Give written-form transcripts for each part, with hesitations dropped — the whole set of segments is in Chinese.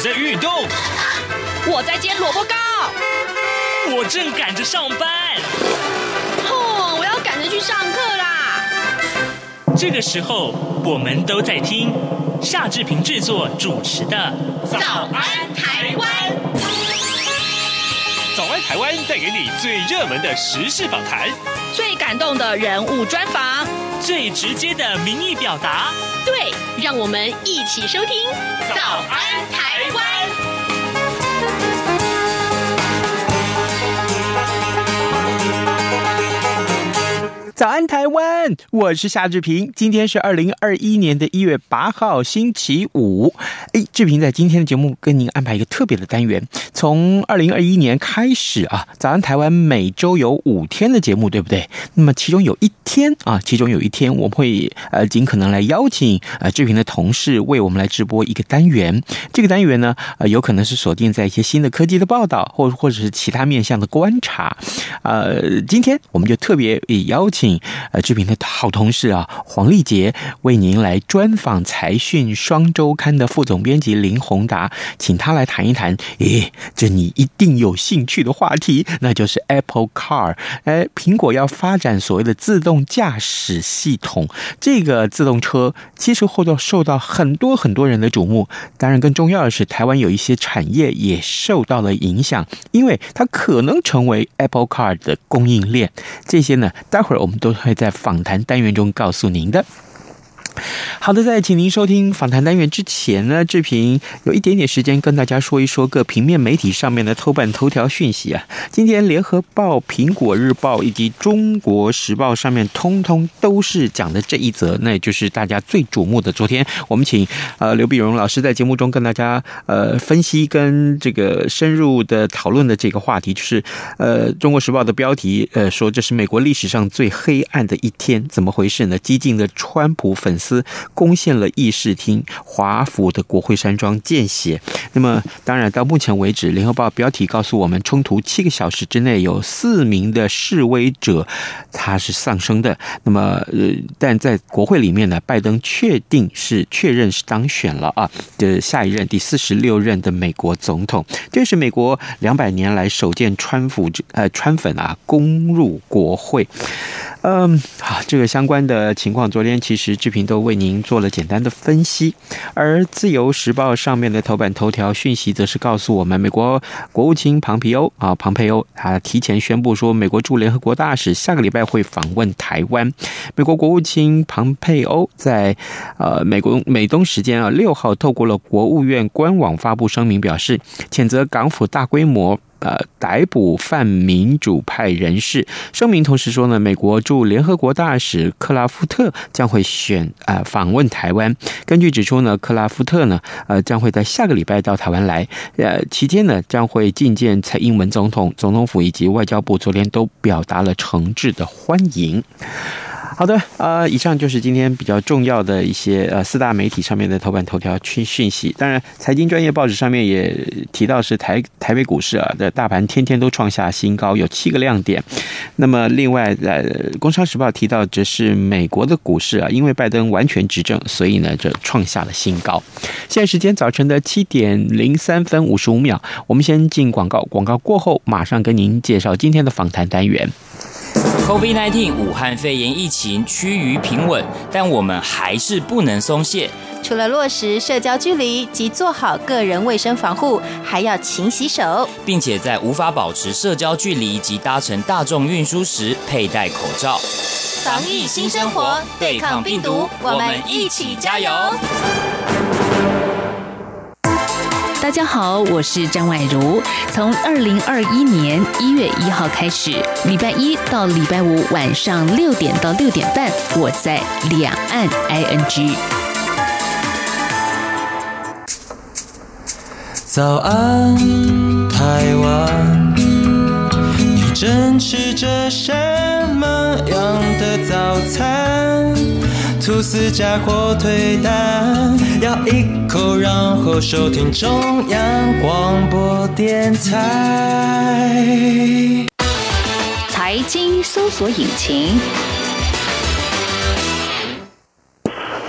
在运动， 我在煎萝卜糕， 我正赶着上班。 我要赶着去上课啦。 这个时候，我们都在听夏志平制作主持的《 早安台湾》。 早安台湾带给你最热门的时事访谈， 最感动的人物专访， 最直接的民意表达。 对，让我们一起收听《早安台湾》。 早安台湾，我是夏志平。今天是2021年1月8号星期五。志平在今天的节目跟您安排一个特别的单元。从2021年开始啊，早安台湾每周有5天的节目，对不对？那么其中有一天我们会尽可能来邀请志平的同事为我们来直播一个单元。这个单元呢，有可能是锁定在一些新的科技的报道，或者是其他面向的观察。今天我们就特别邀请志平的好同事黄丽杰为您来专访财讯双周刊的副总编辑林宏达，请他来谈一谈这你一定有兴趣的话题，那就是 Apple Car。苹果要发展所谓的自动驾驶系统，这个自动车其实受到很多人的瞩目。当然更重要的是，台湾有一些产业也受到了影响，因为它可能成为 Apple Car 的供应链。这些呢，待会儿我们都会在访谈单元中告诉您的。好的，在请您收听访谈单元之前呢，志平有一点点时间跟大家说一说各平面媒体上面的头版头条讯息啊。今天联合报、苹果日报以及中国时报上面通通都是讲的这一则，那也就是大家最瞩目的。昨天我们请刘碧荣老师在节目中跟大家分析跟这个深入的讨论的这个话题，就是中国时报的标题说这是美国历史上最黑暗的一天，怎么回事呢？激进的川普粉丝攻陷了议事厅，华府的国会山庄见血。那么当然到目前为止，联合报标题告诉我们，冲突7个小时之内有4名的示威者他是丧生的。那么但在国会里面呢，拜登确认是当选了这下一任第46任的美国总统。这是美国200年来首见川粉攻入国会。这个相关的情况，昨天其实志平都为您做了简单的分析。而自由时报上面的头版头条讯息则是告诉我们，美国国务卿庞培欧他提前宣布说，美国驻联合国大使下个礼拜会访问台湾。美国国务卿庞培欧在美东时间6号透过了国务院官网发布声明，表示谴责港府大规模逮捕泛民主派人士。声明同时说呢，美国驻联合国大使克拉夫特将会访问台湾。根据指出呢，克拉夫特呢将会在下个礼拜到台湾来，期间呢将会觐见蔡英文总统府以及外交部，昨天都表达了诚挚的欢迎。好的，以上就是今天比较重要的一些4大媒体上面的头版头条讯息。当然，财经专业报纸上面也提到是台北股市的大盘天天都创下新高，有7个亮点。那么另外，工商时报提到这是美国的股市因为拜登完全执政，所以呢这创下了新高。现在时间早晨的7点03分55秒，我们先进广告，广告过后马上跟您介绍今天的访谈单元。 COVID-19 武汉肺炎疫情趋于平稳，但我们还是不能松懈。 除了落实社交距离及做好个人卫生防护，还要勤洗手， 并且在无法保持社交距离及搭乘大众运输时佩戴口罩。 防疫新生活，对抗病毒，我们一起加油！ 大家好，我是张婉如。从2021年1月1号开始，礼拜1到礼拜5晚上6点到6点半，我在两岸 ING。 早安，台湾，你正吃着什么样的早餐？吐司加火腿蛋，咬一口，然后收听中央广播电台。 财经搜索引擎。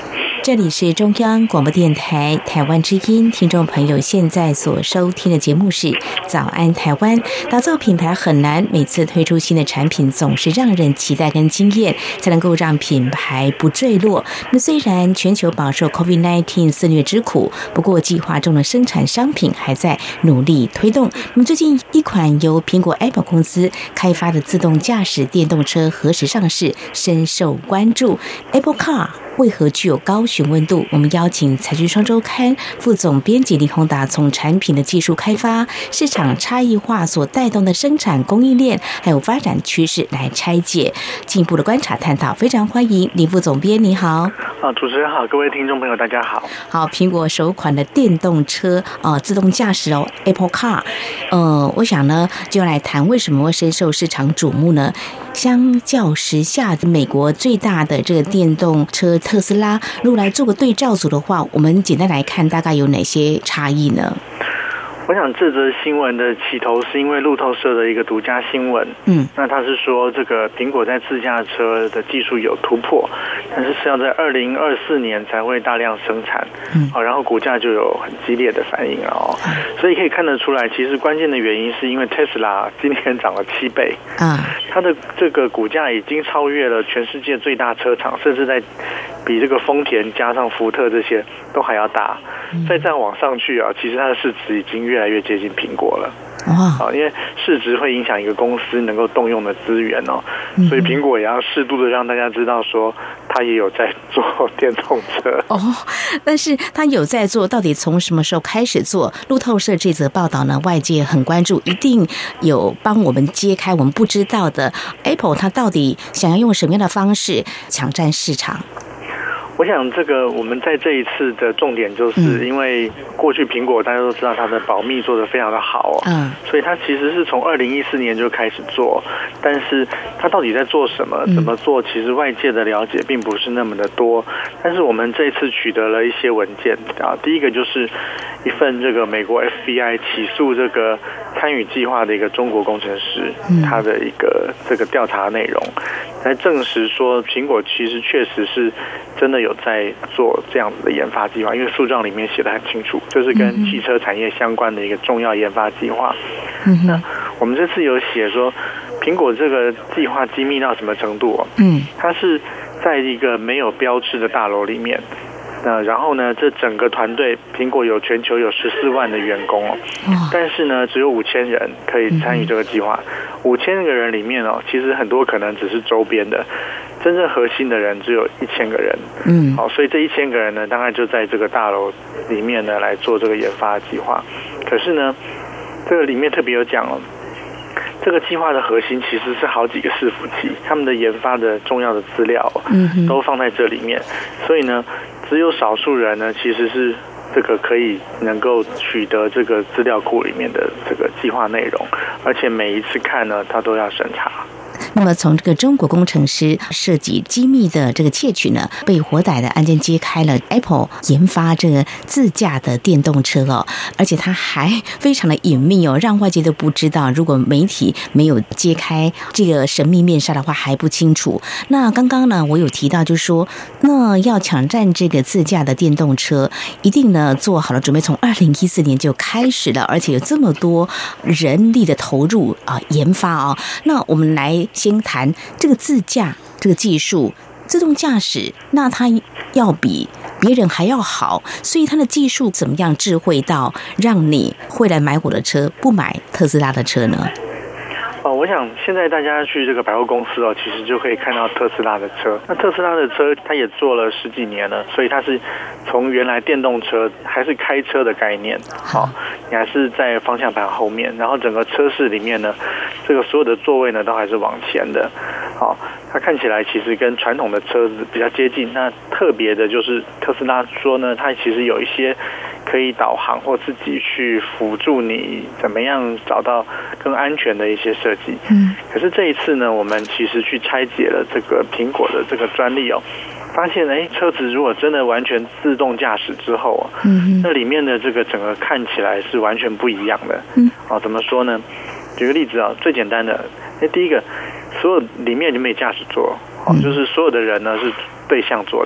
这里是中央广播电台台湾之音，听众朋友现在所收听的节目是早安台湾。打造品牌很难，每次推出新的产品总是让人期待跟惊艳，才能够让品牌不坠落。那虽然全球饱受 COVID-19 肆虐之苦，不过计划中的生产商品还在努力推动。那么最近一款由苹果 Apple 公司开发的自动驾驶电动车何时上市，深受关注。 Apple Car 为何具有高询问度？我们邀请财讯双周刊副总编辑林宏达从产品的技术开发、市场差异化所带动的生产供应链还有发展趋势来拆解，进一步的观察探讨。非常欢迎林副总编，你好。 主持人好，各位听众朋友大家好。 好，苹果首款的电动车自动驾驶Apple Car， 我想呢就来谈为什么会深受市场瞩目呢？相较时下美国最大的这个电动车特斯拉，如果来做个对照组的话，我们简单来看大概有哪些差异呢？ 我想这则新闻的起头是因为路透社的一个独家新闻，那他是说这个苹果在自驾车的技术有突破，但是是要在2024年才会大量生产，然后股价就有很激烈的反应了所以可以看得出来，其实关键的原因是因为 Tesla 今年涨了7倍，它的这个股价已经超越了全世界最大车厂，甚至在比这个丰田加上福特这些都还要大，再这样往上去其实它的市值已经越来越接近苹果了。因为市值会影响一个公司能够动用的资源所以苹果也要适度的让大家知道说它也有在做电动车但是它有在做，到底从什么时候开始做？路透社这则报道呢，外界很关注，一定有帮我们揭开我们不知道的 Apple 它到底想要用什么样的方式抢占市场。 我想这个我们在这一次的重点就是因为过去苹果大家都知道它的保密做得非常的好所以它其实是从2014年就开始做，但是它到底在做什么怎么做，其实外界的了解并不是那么的多。但是我们这次取得了一些文件第一个就是一份这个美国 FBI 起诉这个参与计划的一个中国工程师他的一个这个调查内容，来证实说苹果其实确实是真的有在做这样子的研发计划，因为诉状里面写得很清楚，就是跟汽车产业相关的一个重要研发计划。那我们这次有写说苹果这个计划机密到什么程度它是在一个没有标志的大楼里面，然后呢这整个团队苹果全球有14万的员工但是呢只有5000人可以参与这个计划，5000个人里面其实很多可能只是周边的，真正核心的人只有1000个人所以这1000个人呢大概就在这个大楼里面呢来做这个研发计划。可是呢这个里面特别有讲这个计划的核心其实是好几个伺服器，他们的研发的重要的资料都放在这里面，所以呢只有少数人呢其实是这个可以能够取得这个资料库里面的这个计划内容，而且每一次看呢他都要审查。 那么从这个中国工程师涉及机密的这个窃取呢，被活逮的案件揭开了 Apple 研发这个自驾的电动车而且它还非常的隐秘让外界都不知道，如果媒体没有揭开这个神秘面纱的话还不清楚。那刚刚呢我有提到就是说，那要抢占这个自驾的电动车一定呢做好了准备，从2014年就开始了，而且有这么多人力的投入研发那我们来先谈这个自驾这个技术，自动驾驶，那它要比别人还要好，所以它的技术怎么样智慧到让你会来买我的车，不买特斯拉的车呢？ 我想现在大家去这个百货公司其实就可以看到特斯拉的车。那特斯拉的车它也做了10几年了，所以它是从原来电动车还是开车的概念你还是在方向盘后面，然后整个车室里面呢这个所有的座位呢都还是往前的它看起来其实跟传统的车子比较接近。那特别的就是特斯拉说呢，它其实有一些可以导航或自己去辅助你怎么样找到更安全的一些设计可是这一次呢我们其实去拆解了这个苹果的这个专利发现车子如果真的完全自动驾驶之后那里面的这个整个看起来是完全不一样的怎么说呢？举个例子最简单的第一个，所有里面就没驾驶座就是所有的人呢是对向坐的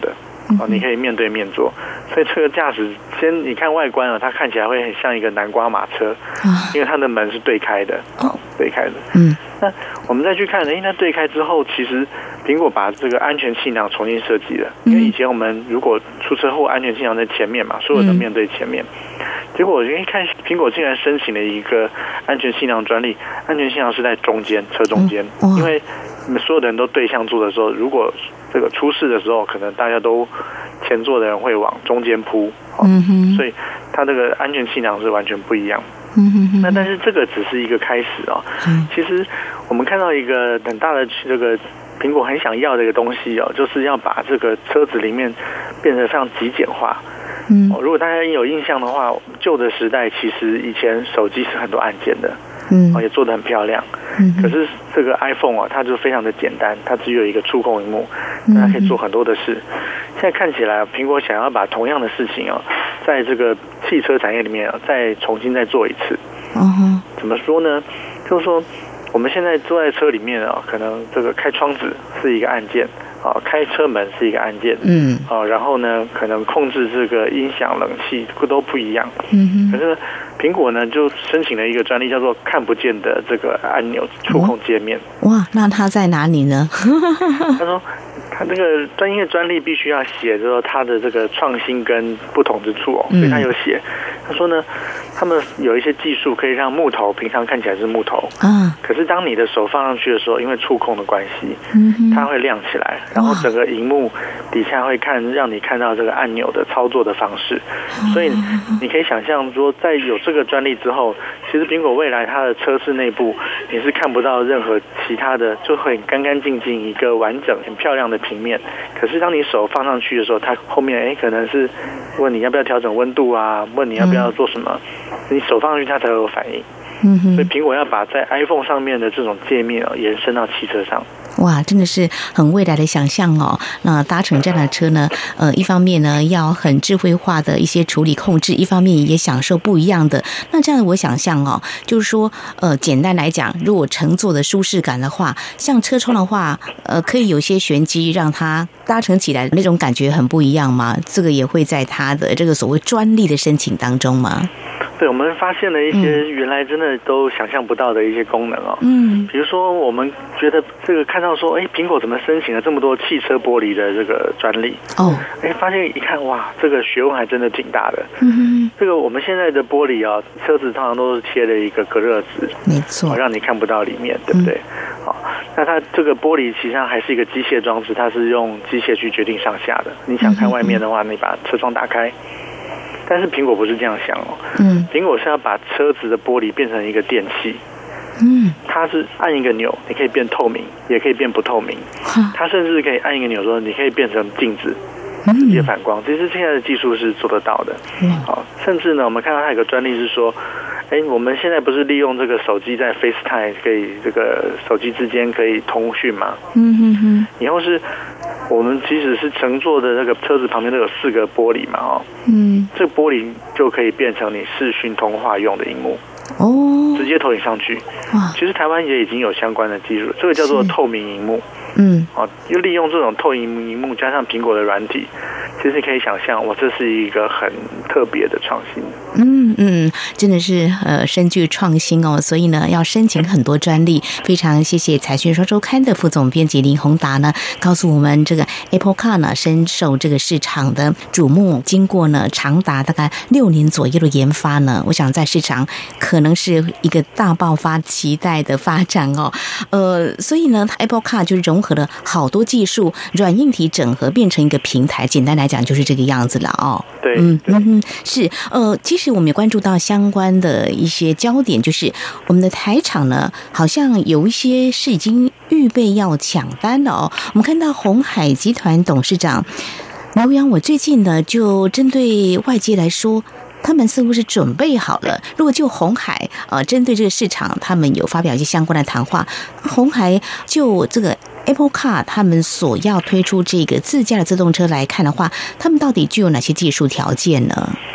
你可以面对面坐，所以这个驾驶先你看外观它看起来会很像一个南瓜马车，因为它的门是对开的，对开的。那我们再去看，那对开之后，其实苹果把这个安全气囊重新设计了，因为以前我们如果出车祸，安全气囊在前面嘛，所有的面对前面。结果我一看，苹果竟然申请了一个安全气囊专利，安全气囊是在中间，车中间，因为所有的人都对向坐的时候，如果这个出事的时候，可能大家都前座的人会往中间扑，所以它这个安全气囊是完全不一样。那但是这个只是一个开始其实我们看到一个很大的这个苹果很想要的一个东西就是要把这个车子里面变得非常极简化。如果大家有印象的话，旧的时代其实以前手机是很多按键的，也做得很漂亮。可是这个 iPhone 它就非常的简单，它只有一个触控萤幕，大家可以做很多的事。现在看起来，苹果想要把同样的事情在这个汽车产业里面再重新再做一次。怎么说呢？就是说我们现在坐在车里面可能这个开窗子是一个按键。开车门是一个按键，然后呢，可能控制这个音响、冷气都不一样。可是苹果呢就申请了一个专利，叫做看不见的这个按钮触控界面。 哇，那它在哪里呢？ 他说，他这个专业专利必须要写说它的这个创新跟不同之处所以他有写。他说呢，他们有一些技术可以让木头平常看起来是木头，可是当你的手放上去的时候，因为触控的关系，它会亮起来，然后整个荧幕底下会让你看到这个按钮的操作的方式。所以你可以想象说，在有这个专利之后，其实苹果未来它的车室内部你是看不到任何其他的，就会干干净净一个完整很漂亮的平面。可是当你手放上去的时候，它后面可能是问你要不要调整温度啊，问你要不要做什么，你手放上去它才会有反应。所以苹果要把在 iPhone 上面的这种界面延伸到汽车上。 哇，真的是很未来的想象那搭乘这样的车呢，一方面呢要很智慧化的一些处理控制，一方面也享受不一样的。那这样我想象就是说，简单来讲，如果乘坐的舒适感的话，像车窗的话，可以有些玄机，让它搭乘起来那种感觉很不一样吗？这个也会在它的这个所谓专利的申请当中吗？ 对，我们发现了一些原来真的都想象不到的一些功能比如说我们觉得这个看到说，苹果怎么申请了这么多汽车玻璃的这个专利发现一看，哇，这个学问还真的挺大的。这个我们现在的玻璃车子通常都是贴了一个隔热纸， 没错， 让你看不到里面，对不对？那它这个玻璃实际上还是一个机械装置，它是用机械去决定上下的。你想看外面的话，你把车窗打开。但是苹果不是这样想苹果是要把车子的玻璃变成一个电器。它是按一个钮，你可以变透明，也可以变不透明。它甚至可以按一个钮说，你可以变成镜子，直接反光。其实现在的技术是做得到的。甚至呢，我们看到它有个专利是说，我们现在不是利用这个手机在 FaceTime 可以这个手机之间可以通讯吗？以后是我们即使是乘坐的那个车子旁边都有4个玻璃嘛这个玻璃就可以变成你视讯通话用的萤幕直接投影上去。其实台湾也已经有相关的技术，这个叫做透明萤幕。又利用这种透明萤幕加上苹果的软体，其实可以想象，这是一个很特别的创新。 真的是深具创新所以呢要申请很多专利。非常谢谢财讯双周刊的副总编辑林宏达呢，告诉我们这个 Apple Car 呢深受这个市场的瞩目，经过呢长达大概6年左右的研发呢，我想在市场可能是一个大爆发期待的发展所以呢 Apple Car 就融合了好多技术，软硬体整合变成一个平台，简单来讲就是这个样子了对， 是其实我们也关注到相关的一些焦点，就是我们的台厂呢好像有一些是已经预备要抢单了我们看到鸿海集团董事长刘扬，我最近呢就针对外界来说，他们似乎是准备好了。如果就鸿海针对这个市场，他们有发表一些相关的谈话。鸿海就这个 Apple Car 他们所要推出这个自驾的自动车来看的话，他们到底具有哪些技术条件呢？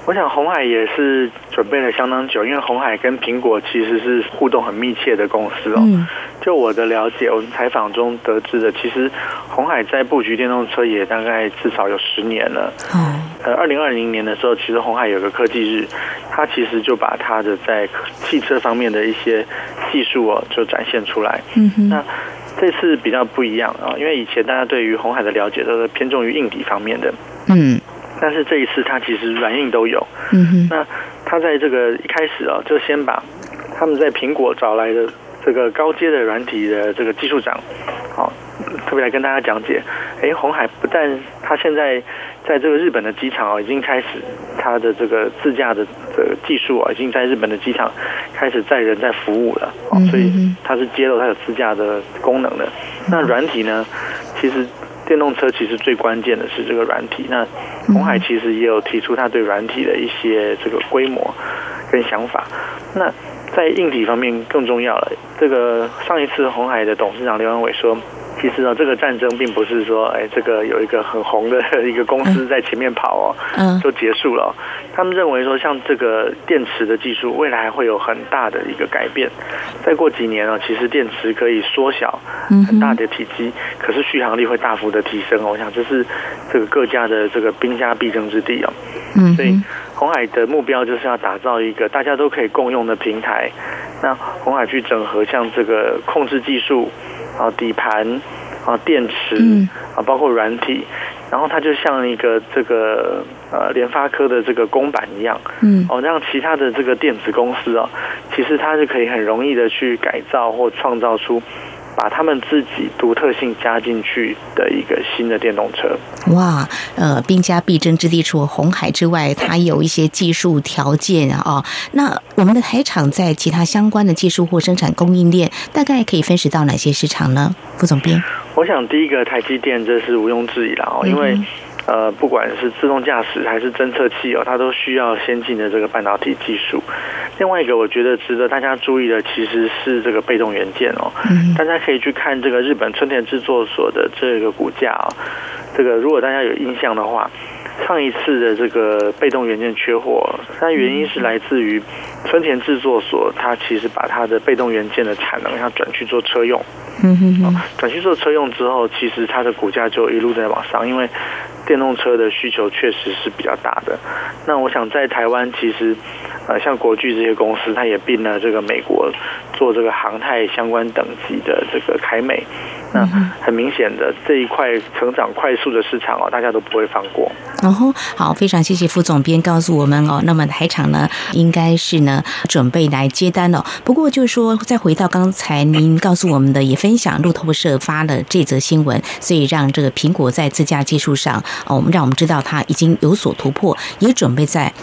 我想鸿海也是准备了相当久，因为鸿海跟苹果其实是互动很密切的公司哦。就我的了解，我们采访中得知的，其实鸿海在布局电动车也大概至少有10年了。2020年的时候，其实鸿海有个科技日，它其实就把它的在汽车方面的一些技术哦，就展现出来。那这次比较不一样啊，因为以前大家对于鸿海的了解都是偏重于硬体方面的。但是这一次它其实软硬都有。那它在这个一开始啊，就先把他们在苹果找来的这个高阶的软体的这个技术长，好，特别来跟大家讲解。鸿海不但它现在在这个日本的机场已经开始它的这个自驾的这个技术已经在日本的机场开始载人在服务了。所以它是揭露它有自驾的功能的。那软体呢，其实电动车其实最关键的是这个软体。那鸿海其实也有提出他对软体的一些这个规模跟想法。那在硬体方面更重要了。这个上一次鸿海的董事长刘安伟说，其实这个战争并不是说这个有一个很红的一个公司在前面跑就结束了。他们认为说，像这个电池的技术未来还会有很大的一个改变。再过几年其实电池可以缩小很大的体积，可是续航力会大幅的提升。我想这是这个各家的这个兵家必争之地所以鸿海的目标就是要打造一个大家都可以共用的平台。那鸿海去整合像这个控制技术底盘电池包括软体，然后它就像一个这个联发科的这个公版一样，让其他的这个电子公司其实它是可以很容易的去改造或创造出把他们自己独特性加进去的一个新的电动车。 哇，兵家必争之地，除了鸿海之外，它有一些技术条件那我们的台厂在其他相关的技术或生产供应链，大概可以分食到哪些市场呢？副总编， 我想第一个台积电这是毋庸置疑啦因为不管是自动驾驶还是侦测器它都需要先进的这个半导体技术。另外一个我觉得值得大家注意的其实是这个被动元件大家可以去看这个日本春田制作所的这个股价这个如果大家有印象的话，上一次的这个被动元件缺货，它原因是来自于春田制作所，它其实把它的被动元件的产能要转去做车用。转去做车用之后，其实它的股价就一路在往上，因为电动车的需求确实是比较大的。那我想在台湾，其实像国巨这些公司，它也并了这个美国做这个航太相关等级的这个凯美。那很明显的这一块成长快速的市场大家都不会放过。 好，非常谢谢副总编告诉我们那么台厂呢，应该是呢准备来接单了。不过就是说，再回到刚才您告诉我们的，也分享路透社发了这则新闻，所以让这个苹果在自驾技术上，让我们知道它已经有所突破，也准备在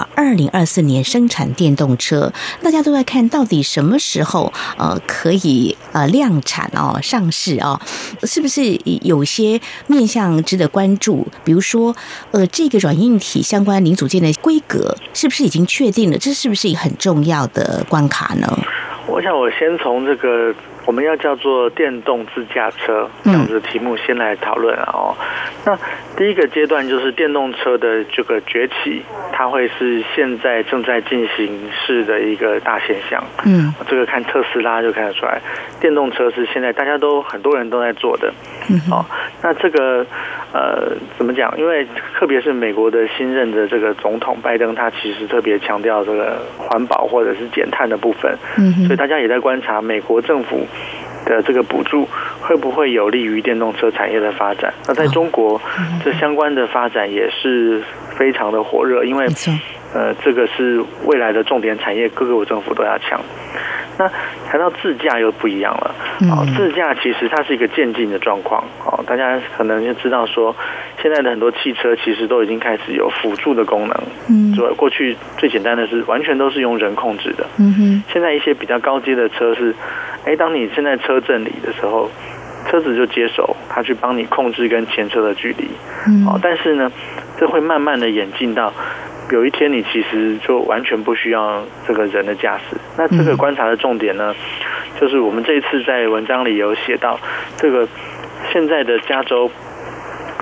2024年生产电动车。大家都在看到底什么时候可以量产上市是不是有些面向值得关注？比如说这个软硬体相关零组件的规格是不是已经确定了？这是不是一个很重要的关卡呢？ 我想我先从这个我们要叫做电动自驾车这样子的题目先来讨论那第一个阶段就是电动车的这个崛起，它会是现在正在进行式的一个大现象。这个看特斯拉就看得出来，电动车是现在大家都很多人都在做的。那这个怎么讲？因为特别是美国的新任的这个总统拜登，他其实特别强调这个环保或者是减碳的部分。所以大家也在观察美国政府的这个补助会不会有利于电动车产业的发展。那在中国这相关的发展也是非常的火热，因为这个是未来的重点产业，各国政府都要抢。那谈到自驾又不一样了。自驾其实它是一个渐进的状况。大家可能就知道说，现在的很多汽车其实都已经开始有辅助的功能。过去最简单的是完全都是用人控制的。现在一些比较高阶的车是，当你现在车阵里的时候，车子就接手，它去帮你控制跟前车的距离。但是呢，这会慢慢的演进到有一天你其实就完全不需要这个人的驾驶。那这个观察的重点呢，就是我们这一次在文章里有写到，这个现在的加州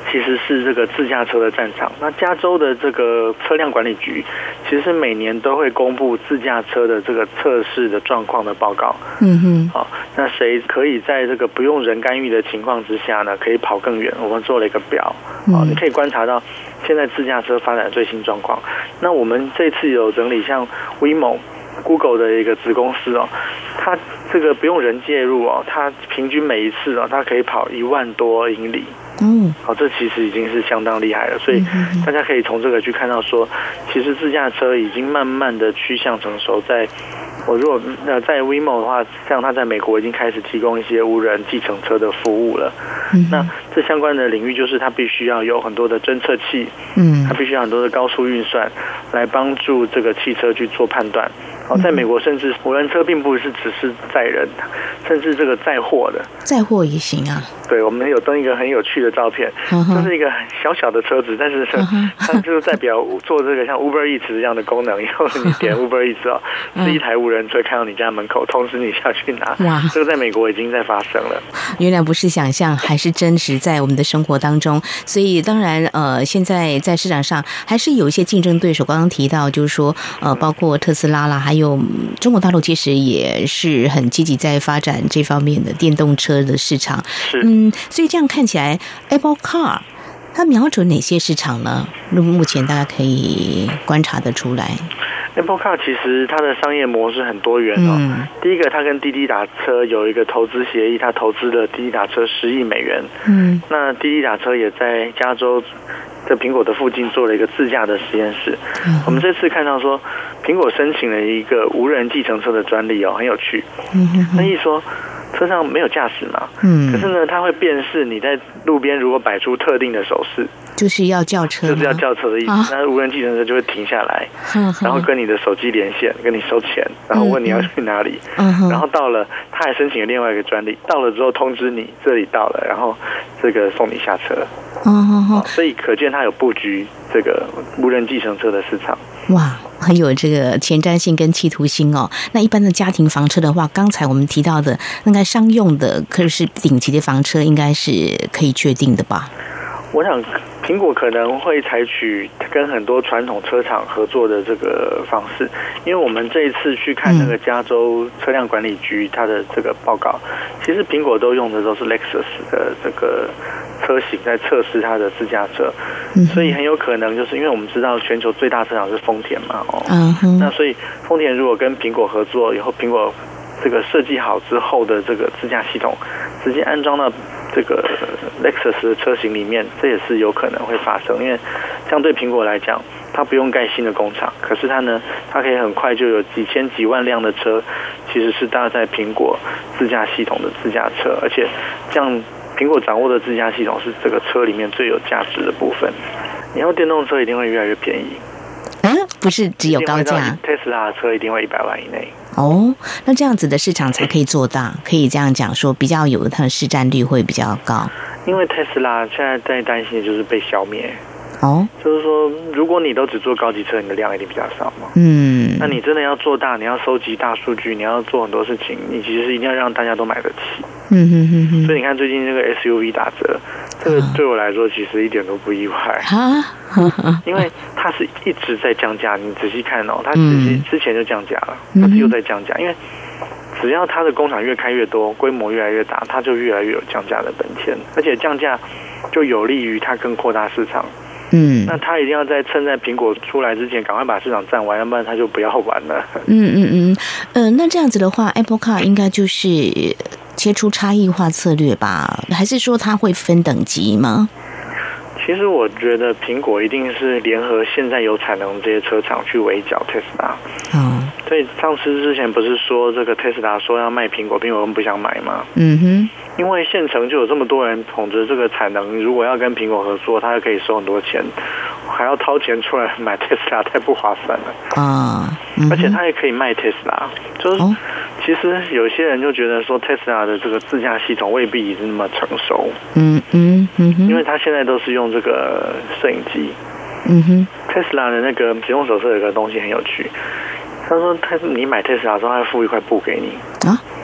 其实是这个自驾车的战场。那加州的这个车辆管理局，其实每年都会公布自驾车的这个测试的状况的报告。好，那谁可以在这个不用人干预的情况之下呢，可以跑更远？我们做了一个表，你可以观察到现在自驾车发展的最新状况。那我们这次有整理像 Waymo、Google 的一个子公司它这个不用人介入它平均每一次它可以跑1万多英里。这其实已经是相当厉害了，所以大家可以从这个去看到说，其实自驾车已经慢慢的趋向成熟。我如果在 Waymo 的话，像它在美国已经开始提供一些无人计程车的服务了。那这相关的领域就是它必须要有很多的侦测器，它必须要很多的高速运算来帮助这个汽车去做判断。在美国，甚至无人车并不是只是载人，甚至这个载货的， 载货也行啊。 对，我们有登一个很有趣的照片，就是一个小小的车子，但是它就是代表做这个像 Uber Eats 这样的功能，以后你点 Uber Eats 是一台无人车开到你家门口，通知你下去拿。哇，这个在美国已经在发生了。 原来不是想象，还是真实在我们的生活当中。所以当然现在在市场上还是有一些竞争对手。刚刚提到就是说包括特斯拉啦，还有中国大陆其实也是很积极在发展这方面的电动车的市场。所以这样看起来 Apple Car 它瞄准哪些市场呢？目前大家可以观察得出来。 Apple Car 其实它的商业模式很多元第一个，它跟滴滴打车有一个投资协议，它投资了滴滴打车10亿美元。那滴滴打车也在加州的苹果的附近做了一个自驾的实验室。我们这次看到说，苹果申请了一个无人计程车的专利很有趣。那意思说车上没有驾驶嘛，可是呢，它会辨识你在路边如果摆出特定的手势， 就是要叫车， 就是要叫车的意思。那无人计程车就会停下来，然后跟你的手机连线，跟你收钱，然后问你要去哪里。然后到了，他还申请了另外一个专利，到了之后通知你这里到了，然后这个送你下车。所以可见他有布局这个无人计程车的市场。 哇，很有这个前瞻性跟企图心那一般的家庭房车的话，刚才我们提到的那个商用的可是顶级的房车，应该是可以确定的吧？ 我想苹果可能会采取跟很多传统车厂合作的这个方式，因为我们这一次去看那个加州车辆管理局它的这个报告，其实苹果都用的都是 Lexus 的这个车型在测试它的自驾车，所以很有可能就是因为我们知道全球最大车厂是丰田嘛那所以丰田如果跟苹果合作以后，苹果这个设计好之后的这个自驾系统直接安装到这个 Lexus 的车型里面，这也是有可能会发生。因为相对苹果来讲，它不用盖新的工厂，可是它可以很快就有几千几万辆的车其实是搭载苹果自驾系统的自驾车，而且这样苹果掌握的自驾系统是这个车里面最有价值的部分。以后电动车一定会越来越便宜。 不是只有高价， 特斯拉的车一定会100万以内。 那这样子的市场才可以做大，可以这样讲说，比较有它的市占率会比较高。 因为特斯拉现在在担心的就是被消灭。就是说，如果你都只做高级车，你的量一定比较少嘛。那你真的要做大，你要收集大数据，你要做很多事情，你其实一定要让大家都买得起。所以你看最近这个 SUV 打折，这个对我来说其实一点都不意外因为它是一直在降价。你仔细看它之前就降价了，它是又在降价，因为只要它的工厂越开越多，规模越来越大，它就越来越有降价的本钱，而且降价就有利于它更扩大市场。那他一定要趁在苹果出来之前赶快把市场占完，要不然他就不要玩了。 那这样子的话 Apple Car 应该就是切出差异化策略吧？还是说它会分等级吗？ 其实我觉得苹果一定是联合现在有产能这些车厂去围剿特斯拉。所以上次之前不是说这个特斯拉说要卖苹果，苹果不想买吗？因为现成就有这么多人捧着这个产能，如果要跟苹果合作，他就可以收很多钱，还要掏钱出来买特斯拉，太不划算了而且他也可以卖特斯拉，就是其实有些人就觉得说特斯拉的这个自驾系统未必已经那么成熟。因为他现在都是用这个摄影机。特斯拉的那个使用手册有个东西很有趣，他说你买特斯拉之后，他会附一块布给你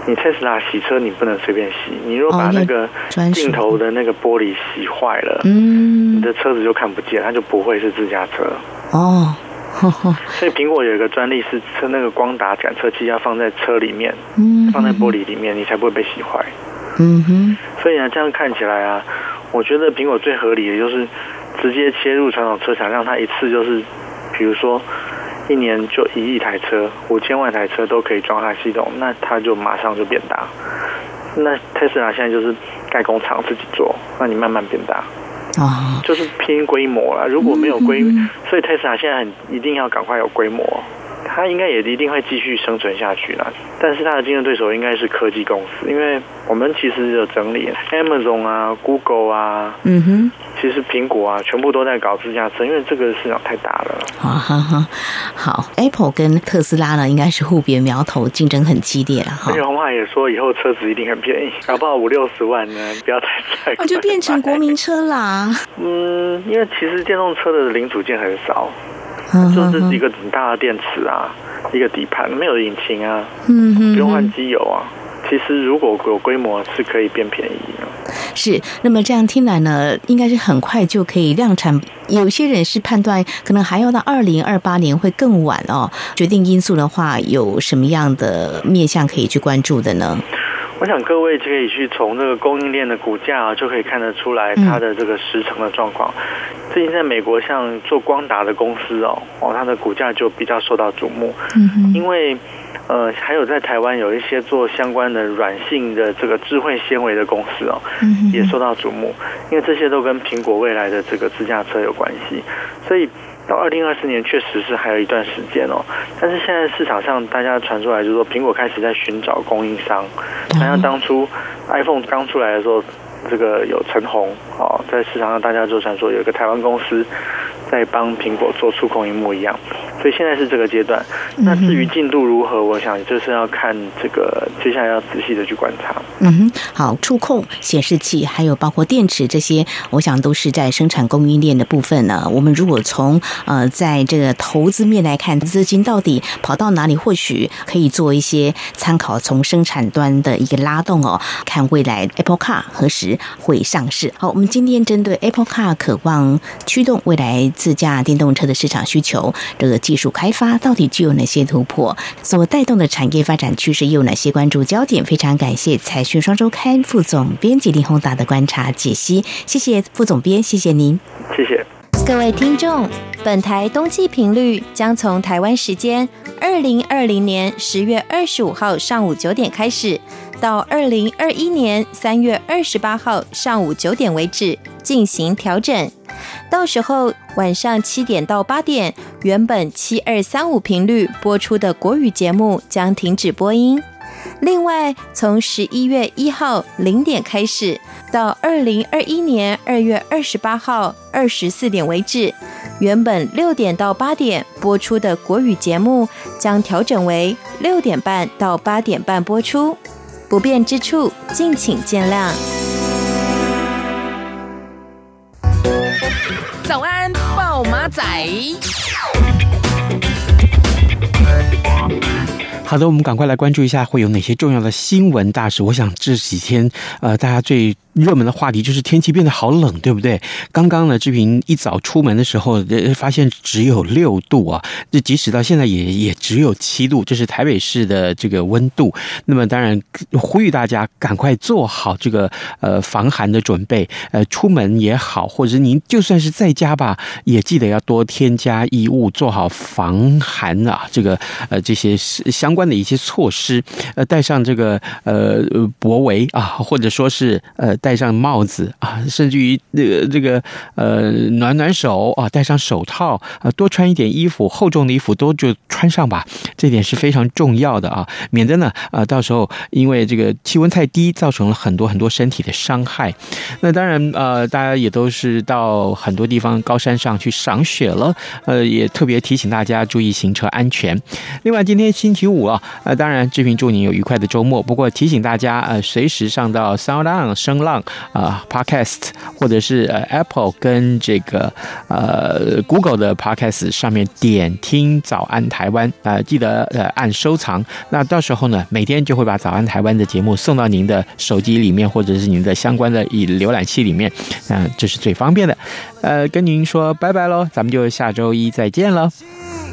你特斯拉洗车你不能随便洗，你如果把那个镜头的那个玻璃洗坏了，你的车子就看不见，它就不会是自驾车。哦。所以苹果有一个专利是那个光达感测器要放在车里面，放在玻璃里面，你才不会被洗坏。所以呢，这样看起来啊，我觉得苹果最合理的就是直接切入传统车厂，让它一次就是，比如说1年就1亿台车，5000万台车都可以装它系统，那它就马上就变大。那特斯拉现在就是盖工厂自己做，那你慢慢变大。就是拼规模啦。如果没有所以特斯拉现在一定要赶快有规模，它应该也一定会继续生存下去啦。但是它的竞争对手应该是科技公司，因为我们其实有整理 Amazon 啊、Google 啊，其实苹果啊，全部都在搞自驾车，因为这个市场太大了。 好 ，Apple 跟特斯拉呢，应该是互别苗头，竞争很激烈了哈。 而且鸿海也说，以后车子一定很便宜，搞不好5-60万呢，不要太在乎。 就变成国民车啦。 因为其实电动车的零组件很少，就是一个很大的电池啊，一个底盘，没有引擎啊，不用换机油啊。其实如果有规模是可以变便宜的。 是，那么这样听来呢，应该是很快就可以量产。有些人是判断可能还要到2028年会更晚哦。决定因素的话，有什么样的面向可以去关注的呢？ 我想各位可以去从这个供应链的股价就可以看得出来它的这个时程的状况。最近在美国，像做光达的公司它的股价就比较受到瞩目，因为还有在台湾有一些做相关的软性的这个智慧纤维的公司也受到瞩目，因为这些都跟苹果未来的这个自驾车有关系，所以到2024年确实是还有一段时间但是现在市场上大家传出来就是说，苹果开始在寻找供应商，像当初 iPhone 刚出来的时候，这个有陈鸿在市场上大家就传说有一个台湾公司在帮苹果做触控萤幕一样，所以现在是这个阶段。那至于进度如何，我想就是要看这个接下来要仔细的去观察。 好，触控、显示器还有包括电池这些，我想都是在生产供应链的部分呢。我们如果从在这个投资面来看，资金到底跑到哪里，或许可以做一些参考，从生产端的一个拉动看未来 Apple Car 何时会上市。好，我们今天针对 Apple Car 渴望驱动未来自驾电动车的市场需求，这个技术开发到底具有哪些突破，所带动的产业发展趋势又有哪些关注焦点？非常感谢财讯双周刊副总编辑林宏达的观察解析，谢谢副总编，谢谢您， 谢谢各位听众。本台冬季频率将从台湾时间2020年10月25号上午9点开始，到2021年3月28号上午9点为止进行调整。到时候晚上7点到8点，原本7235频率播出的国语节目将停止播音。另外，从11月1号0点开始，到2021年2月28号24点为止，原本6点到8点播出的国语节目将调整为6点半到8点半播出。不便之处，敬请见谅。 早安，暴马仔。 好的，我们赶快来关注一下会有哪些重要的新闻大事。我想这几天大家最热门的话题就是天气变得好冷，对不对？刚刚呢，志平一早出门的时候发现只有6度啊，这即使到现在也只有7度，这是台北市的这个温度。那么当然呼吁大家赶快做好这个防寒的准备，出门也好，或者您就算是在家吧，也记得要多添加衣物，做好防寒啊，这个这些相关的一些措施，戴上这个脖围啊，或者说是戴上帽子啊，甚至于这个暖手啊，戴上手套啊，多穿一点衣服，厚重的衣服都就穿上吧，这点是非常重要的啊，免得呢到时候因为这个气温太低，造成了很多身体的伤害。那当然大家也都是到很多地方高山上去赏雪了，也特别提醒大家注意行车安全。另外今天星期五当然志平祝您有愉快的周末，不过提醒大家随时上到 SoundOn 声浪浪Podcast 或者是Apple 跟这个Google 的 Podcast 上面点听早安台湾记得按收藏。那到时候呢，每天就会把早安台湾的节目送到您的手机里面，或者是您的相关的浏览器里面，这是最方便的。跟您说拜拜咯，咱们就下周一再见了。